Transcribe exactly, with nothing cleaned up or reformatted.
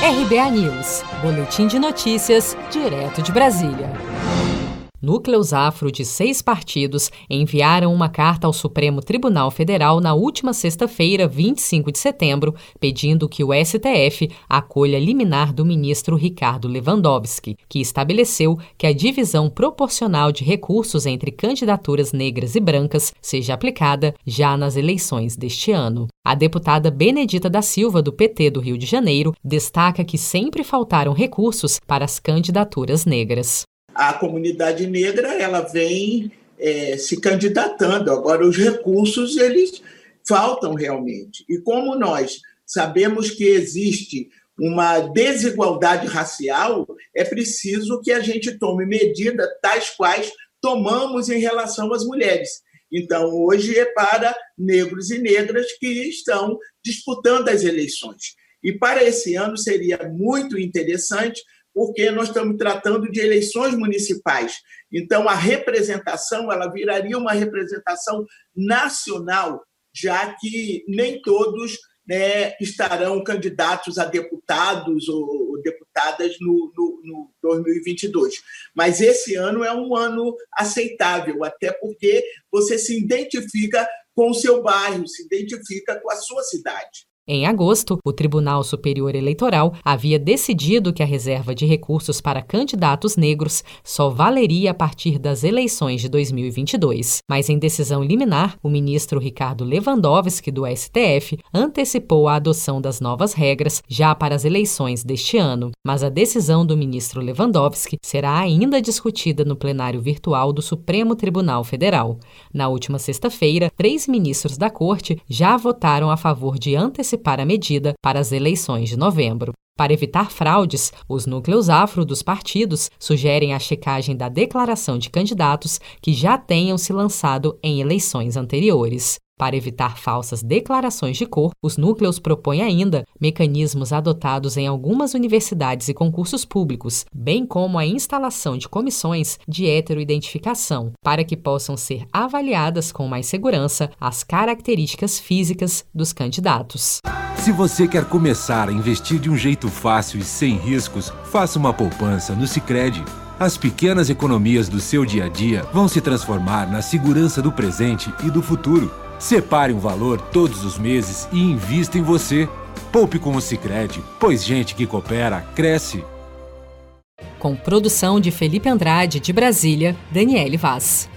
R B A News, boletim de notícias, direto de Brasília. Núcleos afro de seis partidos enviaram uma carta ao Supremo Tribunal Federal na última sexta-feira, vinte e cinco de setembro, pedindo que o S T F acolha a liminar do ministro Ricardo Lewandowski, que estabeleceu que a divisão proporcional de recursos entre candidaturas negras e brancas seja aplicada já nas eleições deste ano. A deputada Benedita da Silva, do P T do Rio de Janeiro, destaca que sempre faltaram recursos para as candidaturas negras. A comunidade negra ela vem é, se candidatando. Agora, os recursos eles faltam realmente. E como nós sabemos que existe uma desigualdade racial, é preciso que a gente tome medidas tais quais tomamos em relação às mulheres. Então, hoje é para negros e negras que estão disputando as eleições. E para esse ano seria muito interessante, porque nós estamos tratando de eleições municipais. Então, a representação ela viraria uma representação nacional, já que nem todos, né, estarão candidatos a deputados ou deputadas no, no, no dois mil e vinte e dois. Mas esse ano é um ano aceitável, até porque você se identifica com o seu bairro, se identifica com a sua cidade. Em agosto, o Tribunal Superior Eleitoral havia decidido que a reserva de recursos para candidatos negros só valeria a partir das eleições de dois mil e vinte e dois. Mas em decisão liminar, o ministro Ricardo Lewandowski, do S T F, antecipou a adoção das novas regras já para as eleições deste ano. Mas a decisão do ministro Lewandowski será ainda discutida no plenário virtual do Supremo Tribunal Federal. Na última sexta-feira, três ministros da Corte já votaram a favor de antecipar para a medida para as eleições de novembro. Para evitar fraudes, os núcleos afro dos partidos sugerem a checagem da declaração de candidatos que já tenham se lançado em eleições anteriores. Para evitar falsas declarações de cor, os núcleos propõem ainda mecanismos adotados em algumas universidades e concursos públicos, bem como a instalação de comissões de heteroidentificação, para que possam ser avaliadas com mais segurança as características físicas dos candidatos. Se você quer começar a investir de um jeito fácil e sem riscos, faça uma poupança no Sicredi. As pequenas economias do seu dia a dia vão se transformar na segurança do presente e do futuro. Separe um valor todos os meses e invista em você. Poupe com o Sicredi, pois gente que coopera, cresce. Com produção de Felipe Andrade, de Brasília, Daniele Vaz.